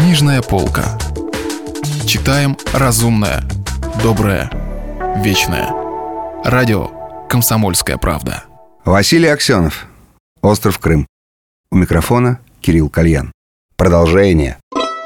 Книжная полка. Читаем разумное, доброе, вечное. Радио «Комсомольская правда». Василий Аксенов. Остров Крым. У микрофона Кирилл Кальян. Продолжение.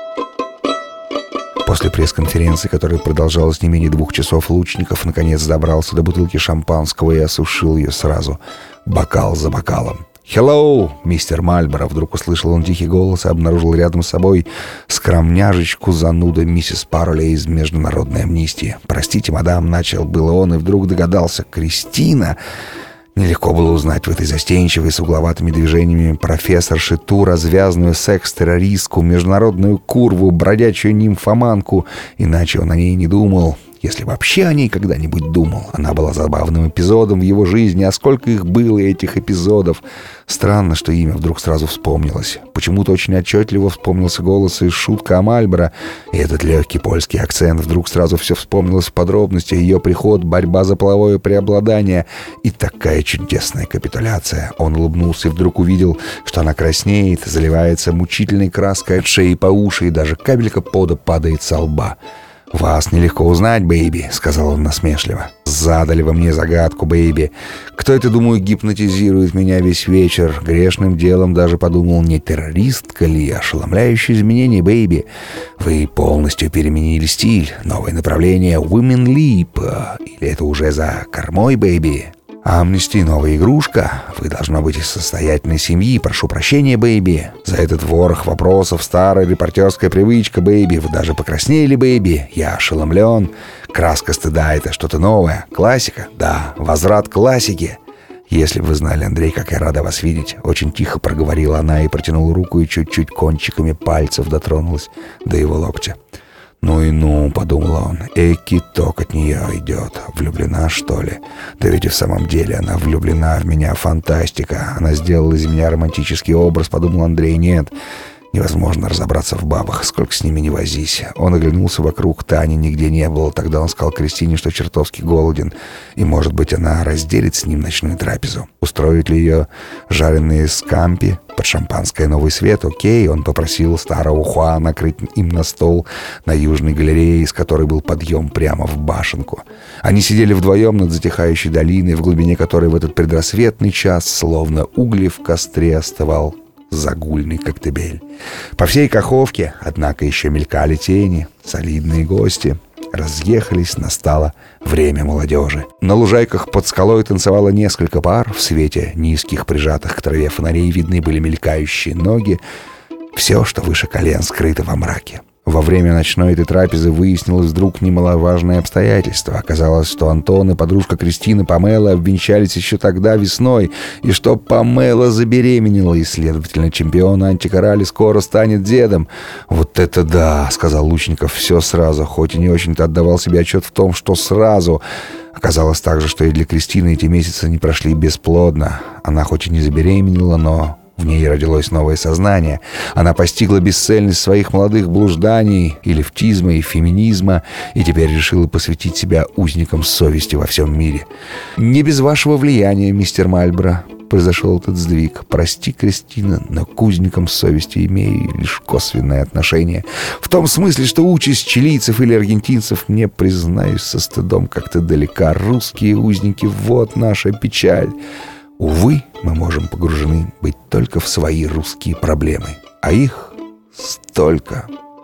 После пресс-конференции, которая продолжалась не менее 2 часов, Лучников наконец добрался до бутылки шампанского и осушил ее сразу, бокал за бокалом. «Хеллоу, мистер Мальборо!» Вдруг услышал он тихий голос и обнаружил рядом с собой скромняжечку зануда миссис Паролей из Международной амнистии. «Простите, мадам», — начал было он, и вдруг догадался: Кристина. Нелегко было узнать в этой застенчивой с угловатыми движениями профессорши ту развязную секс-террористку, международную курву, бродячую нимфоманку. Иначе он о ней не думал. Если вообще о ней когда-нибудь думал. Она была забавным эпизодом в его жизни. А сколько их было, этих эпизодов. Странно, что имя вдруг сразу вспомнилось. Почему-то очень отчетливо вспомнился голос и шутка о Мальборо. И этот легкий польский акцент. Вдруг сразу все вспомнилось в подробностях. Ее приход, борьба за половое преобладание. И такая чудесная капитуляция. Он улыбнулся и вдруг увидел, что она краснеет, заливается мучительной краской от шеи по уши, и даже капелька пота падает со лба. «Вас нелегко узнать, бэйби», — сказал он насмешливо. «Задали вы мне загадку, бэйби. Кто это, думаю, гипнотизирует меня весь вечер? Грешным делом даже подумал, не террористка ли? Ошеломляющее изменение, бэйби. Вы полностью переменили стиль. Новое направление — Women Leap. Или это уже за кормой, бэйби? Амнисти — новая игрушка. Вы должна быть из состоятельной семьи. Прошу прощения, бэйби. За этот ворох вопросов, старая репортерская привычка, бэйби. Вы даже покраснели, бэйби. Я ошеломлен. Краска стыда — это что-то новое. Классика? Да, возврат к классике. Если бы вы знали, Андрей, как я рада вас видеть. Очень тихо проговорила она и протянула руку и чуть-чуть кончиками пальцев дотронулась до его локтя. «Ну и ну», — подумал он, — «эки ток от нее идет. Влюблена, что ли? Да ведь и в самом деле она влюблена в меня. Фантастика. Она сделала из меня романтический образ», — подумал Андрей. «Нет, невозможно разобраться в бабах, сколько с ними не возись». Он оглянулся вокруг, Тани нигде не было. Тогда он сказал Кристине, что чертовски голоден, и, может быть, она разделит с ним ночную трапезу. Устроит ли ее жареные скампи под шампанское «Новый свет»? Окей, он попросил старого Хуа накрыть им на стол на южной галерее, из которой был подъем прямо в башенку. Они сидели вдвоем над затихающей долиной, в глубине которой в этот предрассветный час, словно угли в костре, остывал загульный коктебель. По всей Каховке, однако, еще мелькали тени. Солидные гости разъехались, настало время молодежи. На лужайках под скалой танцевало несколько пар. В свете низких, прижатых к траве фонарей видны были мелькающие ноги. Все, что выше колен, скрыто во мраке. Во время ночной этой трапезы выяснилось вдруг немаловажное обстоятельство. Оказалось, что Антон и подружка Кристины Памела обвенчались еще тогда весной, и что Памела забеременела, и, следовательно, чемпион антикорали скоро станет дедом. «Вот это да», — сказал Лучников, — «все сразу», хоть и не очень-то отдавал себе отчет в том, что сразу. Оказалось также, что и для Кристины эти месяцы не прошли бесплодно. Она хоть и не забеременела, но в ней родилось новое сознание. Она постигла бесцельность своих молодых блужданий и лефтизма, и феминизма, и теперь решила посвятить себя узникам совести во всем мире. «Не без вашего влияния, мистер Мальборо, произошел этот сдвиг. Прости, Кристина, но к узникам совести имею лишь косвенное отношение. В том смысле, что участь чилийцев или аргентинцев мне, признаюсь, со стыдом как-то далека. Русские узники — вот наша печаль. Увы, мы можем погружены быть только в свои русские проблемы. А их столько.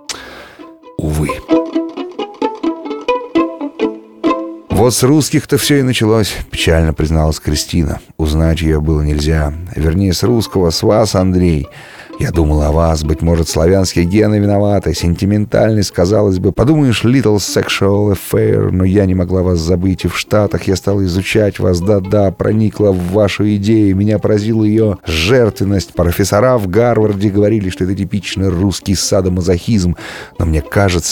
Увы. «Вот с русских-то все и началось», — печально призналась Кристина. Узнать ее было нельзя. Вернее, с русского, с вас, Андрей. Я думал о вас. Быть может, славянские гены виноваты. Сентиментальность, казалось бы. Подумаешь, little sexual affair. Но я не могла вас забыть. И в Штатах я стала изучать вас. Да-да, проникла в вашу идею. Меня поразила ее жертвенность. Профессора в Гарварде говорили, что это типичный русский садомазохизм. Но мне кажется,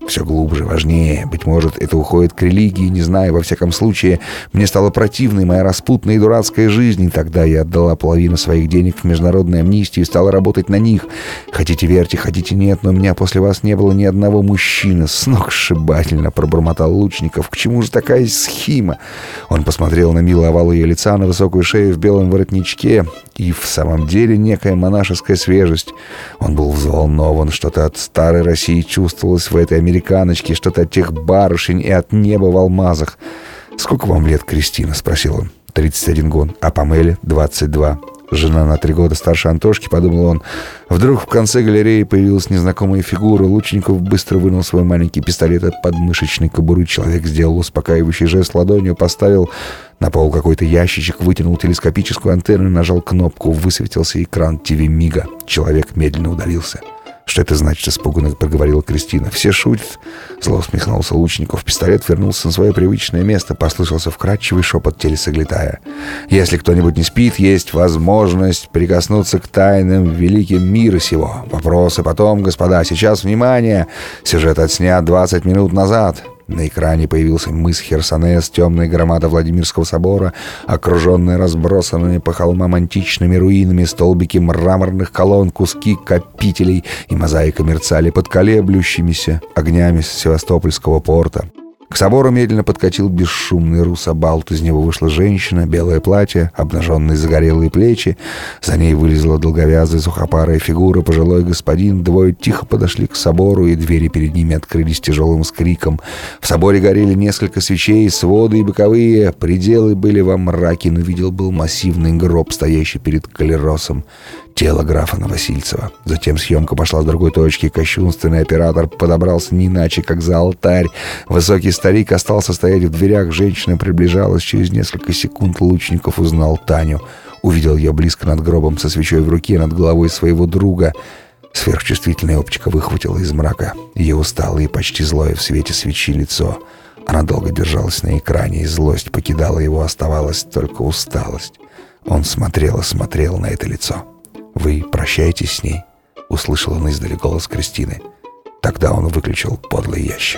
Все глубже, важнее. Быть может, это уходит к религии, не знаю. Во всяком случае, мне стало противной моя распутная и дурацкая жизнь. И тогда я отдала половину своих денег в международную амнистию и стала работать на них. Хотите верьте, хотите нет, но у меня после вас не было ни одного мужчины. Сногсшибательно пробормотал Лучников. К чему же такая схема? Он посмотрел на милый овал ее лица, на высокую шею в белом воротничке. И в самом деле некая монашеская свежесть. Он был взволнован, что-то от старой России чувствовалось в этой американочке, что-то от тех барышень и от неба в алмазах. «Сколько вам лет, Кристина?» — спросил он. 31 год, а Памеле 22. Жена на 3 года старше Антошки, подумал он. Вдруг в конце галереи появилась незнакомая фигура. Лучников быстро вынул свой маленький пистолет от подмышечной кобуры. Человек сделал успокаивающий жест ладонью, поставил на пол какой-то ящичек, вытянул телескопическую антенну и нажал кнопку. Высветился экран ТВ-мига. Человек медленно удалился. «Что это значит?» — испуганно проговорила Кристина. «Все шутят». Зло усмехнулся Лучников. Пистолет вернулся на свое привычное место. Послышался вкрадчивый шепот телесоглядая. «Если кто-нибудь не спит, есть возможность прикоснуться к тайнам великим мира сего. Вопросы потом, господа. Сейчас, внимание! Сюжет отснят 20 минут назад». На экране появился мыс Херсонес, темная громада Владимирского собора, окруженная разбросанными по холмам античными руинами, столбики мраморных колонн, куски капителей и мозаика мерцали под колеблющимися огнями Севастопольского порта. К собору медленно подкатил бесшумный русабалт. Из него вышла женщина, белое платье, обнаженные загорелые плечи. За ней вылезла долговязая сухопарая фигура, пожилой господин. Двое тихо подошли к собору, и двери перед ними открылись тяжелым скриком. В соборе горели несколько свечей, своды и боковые пределы были во мраке, но видел был массивный гроб, стоящий перед калеросом. Тело графа Новосильцева. Затем съемка пошла с другой точки. Кощунственный оператор подобрался не иначе, как за алтарь. Высокий старик остался стоять в дверях. Женщина приближалась. Через несколько секунд Лучников узнал Таню. Увидел ее близко над гробом со свечой в руке над головой своего друга. Сверхчувствительная оптика выхватила из мрака ее усталое и почти злое в свете свечи лицо. Она долго держалась на экране, и злость покидала его, оставалась только усталость. Он смотрел и смотрел на это лицо. «Вы прощаетесь с ней?» — услышал он издали голос Кристины. Тогда он выключил подлый ящик.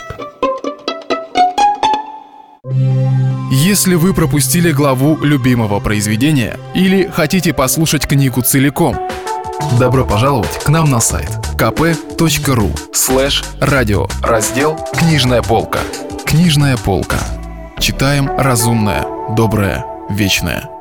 Если вы пропустили главу любимого произведения или хотите послушать книгу целиком, добро пожаловать к нам на сайт kp.ru/радио, раздел «Книжная полка». Книжная полка. Читаем разумное, доброе, вечное.